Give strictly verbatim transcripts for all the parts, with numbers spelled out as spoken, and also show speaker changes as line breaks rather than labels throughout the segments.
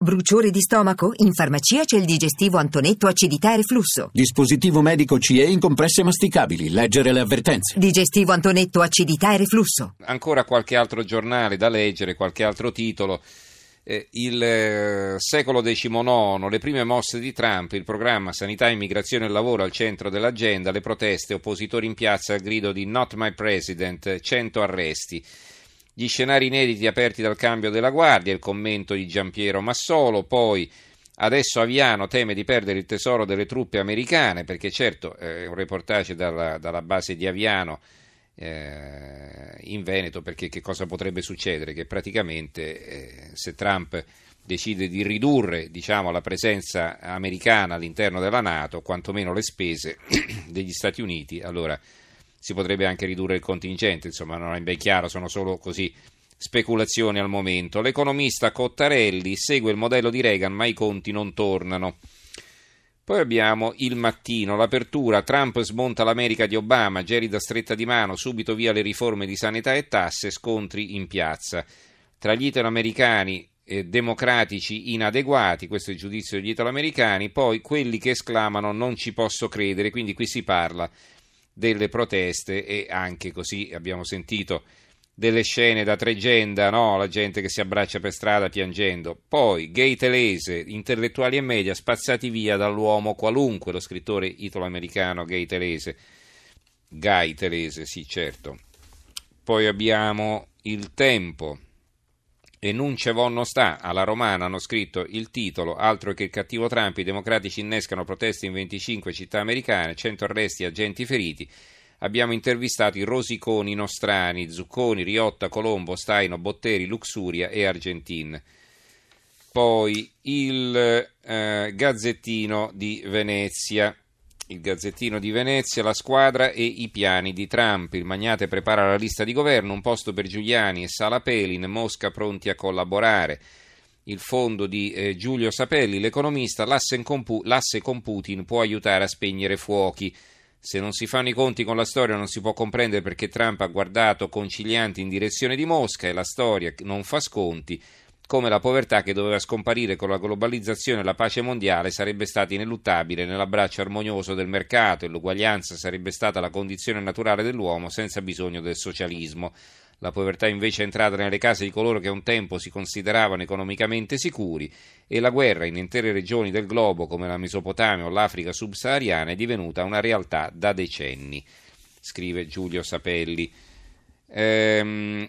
Bruciore di stomaco? In farmacia c'è il digestivo Antonetto acidità e reflusso.
Dispositivo medico C E in compresse masticabili. Leggere le avvertenze.
Digestivo Antonetto acidità e reflusso.
Ancora qualche altro giornale da leggere, qualche altro titolo. Eh, il eh, secolo diciannove, le prime mosse di Trump, il programma sanità, immigrazione e lavoro al centro dell'agenda, le proteste, oppositori in piazza al grido di Not My President, cento arresti. Gli scenari inediti aperti dal cambio della guardia, il commento di Giampiero Massolo, poi adesso Aviano teme di perdere il tesoro delle truppe americane, perché certo è eh, un reportage dalla, dalla base di Aviano eh, in Veneto, perché che cosa potrebbe succedere? Che praticamente eh, se Trump decide di ridurre, diciamo, la presenza americana all'interno della NATO, quantomeno le spese degli Stati Uniti, allora si potrebbe anche ridurre il contingente, insomma non è ben chiaro, sono solo così speculazioni al momento. L'economista Cottarelli segue il modello di Reagan, ma i conti non tornano. Poi abbiamo Il Mattino, l'apertura, Trump smonta l'America di Obama, gelida stretta di mano, subito via le riforme di sanità e tasse, scontri in piazza. Tra gli italoamericani eh, democratici inadeguati, questo è il giudizio degli italoamericani, poi quelli che esclamano non ci posso credere, quindi qui si parla delle proteste e anche, così abbiamo sentito, delle scene da tregenda, no? La gente che si abbraccia per strada piangendo. Poi Gay Telese, intellettuali e media spazzati via dall'uomo qualunque, lo scrittore italo-americano Gay Telese. Guy Telese, sì, certo. Poi abbiamo Il Tempo. E non ce vo non sta, alla Romana hanno scritto il titolo, altro che il cattivo Trump, i democratici innescano proteste in venticinque città americane, cento arresti, agenti feriti. Abbiamo intervistato i rosiconi nostrani, Zucconi, Riotta, Colombo, Staino, Botteri, Luxuria e Argentin. Poi il eh, Gazzettino di Venezia. Il Gazzettino di Venezia, la squadra e i piani di Trump. Il magnate prepara la lista di governo, un posto per Giuliani e Sala Pelin, Mosca pronti a collaborare. Il fondo di eh, Giulio Sapelli, l'economista, l'asse con, Pu- l'asse con Putin può aiutare a spegnere fuochi. Se non si fanno i conti con la storia non si può comprendere perché Trump ha guardato concilianti in direzione di Mosca e la storia non fa sconti, come la povertà che doveva scomparire con la globalizzazione e la pace mondiale sarebbe stata ineluttabile nell'abbraccio armonioso del mercato e l'uguaglianza sarebbe stata la condizione naturale dell'uomo senza bisogno del socialismo. La povertà invece è entrata nelle case di coloro che un tempo si consideravano economicamente sicuri e la guerra in intere regioni del globo come la Mesopotamia o l'Africa subsahariana è divenuta una realtà da decenni, scrive Giulio Sapelli. Ehm...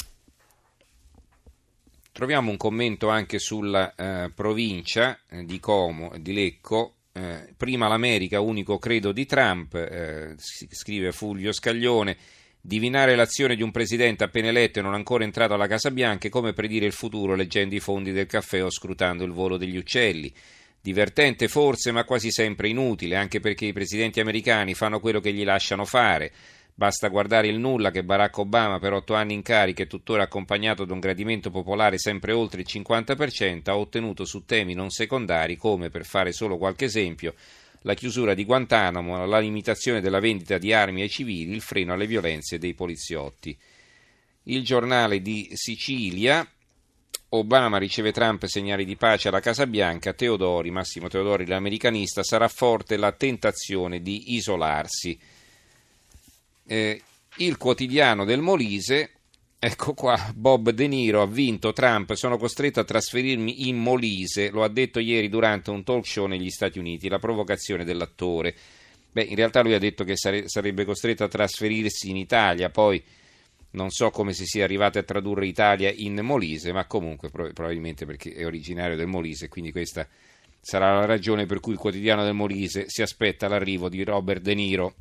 Troviamo un commento anche sulla eh, provincia eh, di Como, di Lecco. Eh, prima l'America, unico credo di Trump, eh, scrive Fulvio Scaglione. Divinare l'azione di un presidente appena eletto e non ancora entrato alla Casa Bianca è come predire il futuro leggendo i fondi del caffè o scrutando il volo degli uccelli. Divertente forse, ma quasi sempre inutile, anche perché i presidenti americani fanno quello che gli lasciano fare. Basta guardare il nulla che Barack Obama, per otto anni in carica e tuttora accompagnato da un gradimento popolare sempre oltre il cinquanta per cento, ha ottenuto su temi non secondari come, per fare solo qualche esempio, la chiusura di Guantanamo, la limitazione della vendita di armi ai civili, il freno alle violenze dei poliziotti. Il Giornale di Sicilia. Obama riceve Trump segnali di pace alla Casa Bianca. Teodori, Massimo Teodori, l'americanista, sarà forte la tentazione di isolarsi. Eh, il Quotidiano del Molise, ecco qua, Bob De Niro ha vinto, Trump, sono costretto a trasferirmi in Molise, lo ha detto ieri durante un talk show negli Stati Uniti, la provocazione dell'attore. Beh, in realtà lui ha detto che sare- sarebbe costretto a trasferirsi in Italia, poi non so come si sia arrivati a tradurre Italia in Molise, ma comunque pro- probabilmente perché è originario del Molise, quindi questa sarà la ragione per cui il Quotidiano del Molise si aspetta l'arrivo di Robert De Niro.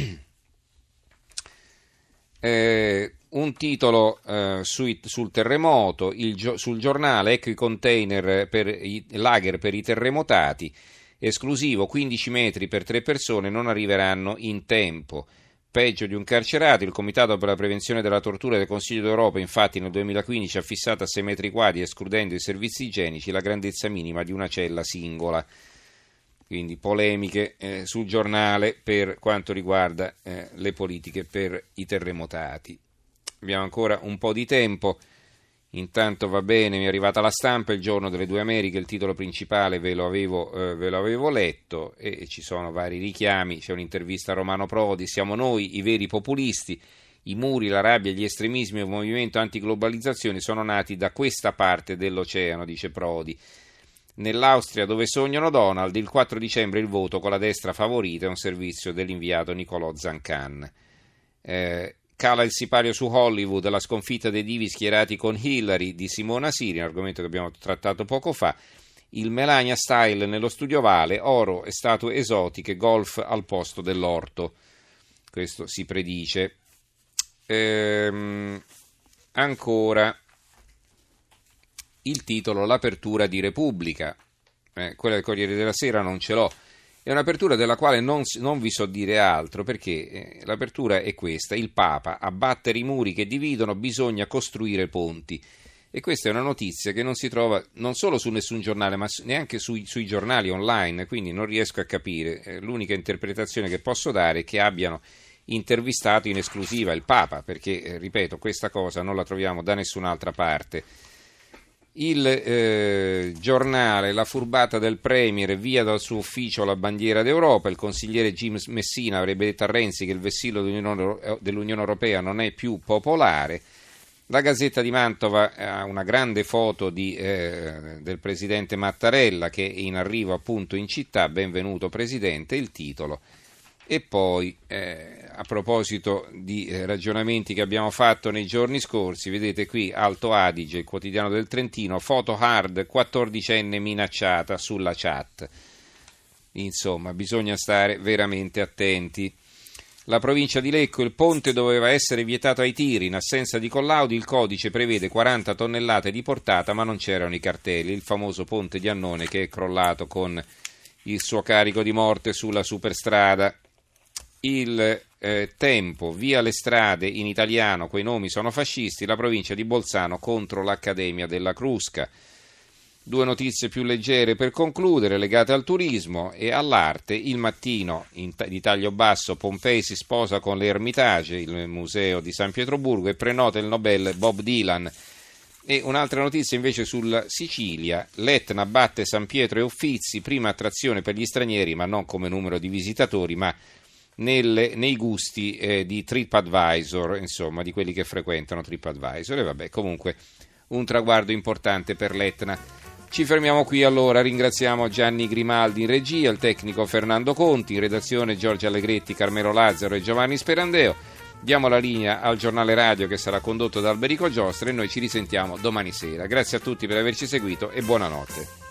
Eh, un titolo eh, sui, sul terremoto, il, sul giornale, ecco i container per i lager per i terremotati, esclusivo quindici metri per tre persone, non arriveranno in tempo. Peggio di un carcerato, il Comitato per la prevenzione della tortura del Consiglio d'Europa infatti nel duemilaquindici ha fissato a sei metri quadri, escludendo i servizi igienici, la grandezza minima di una cella singola. Quindi polemiche eh, sul giornale per quanto riguarda eh, le politiche per i terremotati. Abbiamo ancora un po' di tempo. Intanto va bene, mi è arrivata la stampa, il giorno delle due Americhe, il titolo principale ve lo avevo, eh, ve lo avevo letto e ci sono vari richiami, c'è un'intervista a Romano Prodi, siamo noi i veri populisti, i muri, la rabbia, gli estremismi e il movimento antiglobalizzazione sono nati da questa parte dell'oceano, dice Prodi. Nell'Austria dove sognano Donald, il quattro dicembre il voto con la destra favorita è un servizio dell'inviato Nicolò Zancan. Eh, Cala il sipario su Hollywood, la sconfitta dei divi schierati con Hillary di Simona Siri, un argomento che abbiamo trattato poco fa. Il Melania Style nello studio Vale, oro e statue esotiche, golf al posto dell'orto. Questo si predice. Ehm, ancora il titolo, l'apertura di Repubblica. Eh, quella del Corriere della Sera non ce l'ho. È un'apertura della quale non, non vi so dire altro, perché eh, l'apertura è questa: il Papa, abbattere i muri che dividono, bisogna costruire ponti. E questa è una notizia che non si trova non solo su nessun giornale, ma neanche sui, sui giornali online, quindi non riesco a capire. Eh, l'unica interpretazione che posso dare è che abbiano intervistato in esclusiva il Papa, perché, eh, ripeto, questa cosa non la troviamo da nessun'altra parte. Il eh, giornale, la furbata del Premier, via dal suo ufficio la bandiera d'Europa, il consigliere Jim Messina avrebbe detto a Renzi che il vessillo dell'Unione, dell'Unione Europea non è più popolare. La Gazzetta di Mantova ha una grande foto di, eh, del presidente Mattarella che è in arrivo appunto in città, benvenuto presidente, il titolo. E poi, eh, a proposito di eh, ragionamenti che abbiamo fatto nei giorni scorsi, vedete qui Alto Adige, il quotidiano del Trentino, foto hard, quattordicenne minacciata sulla chat. Insomma, bisogna stare veramente attenti. La provincia di Lecco, il ponte doveva essere vietato ai tiri, in assenza di collaudi il codice prevede quaranta tonnellate di portata, ma non c'erano i cartelli. Il famoso ponte di Annone che è crollato con il suo carico di morte sulla superstrada. Il eh, Tempo, via le strade in italiano, quei nomi sono fascisti, la provincia di Bolzano contro l'Accademia della Crusca. Due notizie più leggere per concludere, legate al turismo e all'arte. Il Mattino, in t- di taglio basso, Pompei si sposa con l'Ermitage, il museo di San Pietroburgo, e prenota il Nobel Bob Dylan. E un'altra notizia invece sulla Sicilia, l'Etna batte San Pietro e Uffizi, prima attrazione per gli stranieri, ma non come numero di visitatori, ma Nelle, nei gusti eh, di TripAdvisor, insomma, di quelli che frequentano TripAdvisor. E vabbè, comunque un traguardo importante per l'Etna. Ci fermiamo qui allora, ringraziamo Gianni Grimaldi in regia, il tecnico Fernando Conti, in redazione Giorgio Allegretti, Carmelo Lazzaro e Giovanni Sperandeo. Diamo la linea al giornale radio che sarà condotto da Alberico Giostra e noi ci risentiamo domani sera. Grazie a tutti per averci seguito e buonanotte.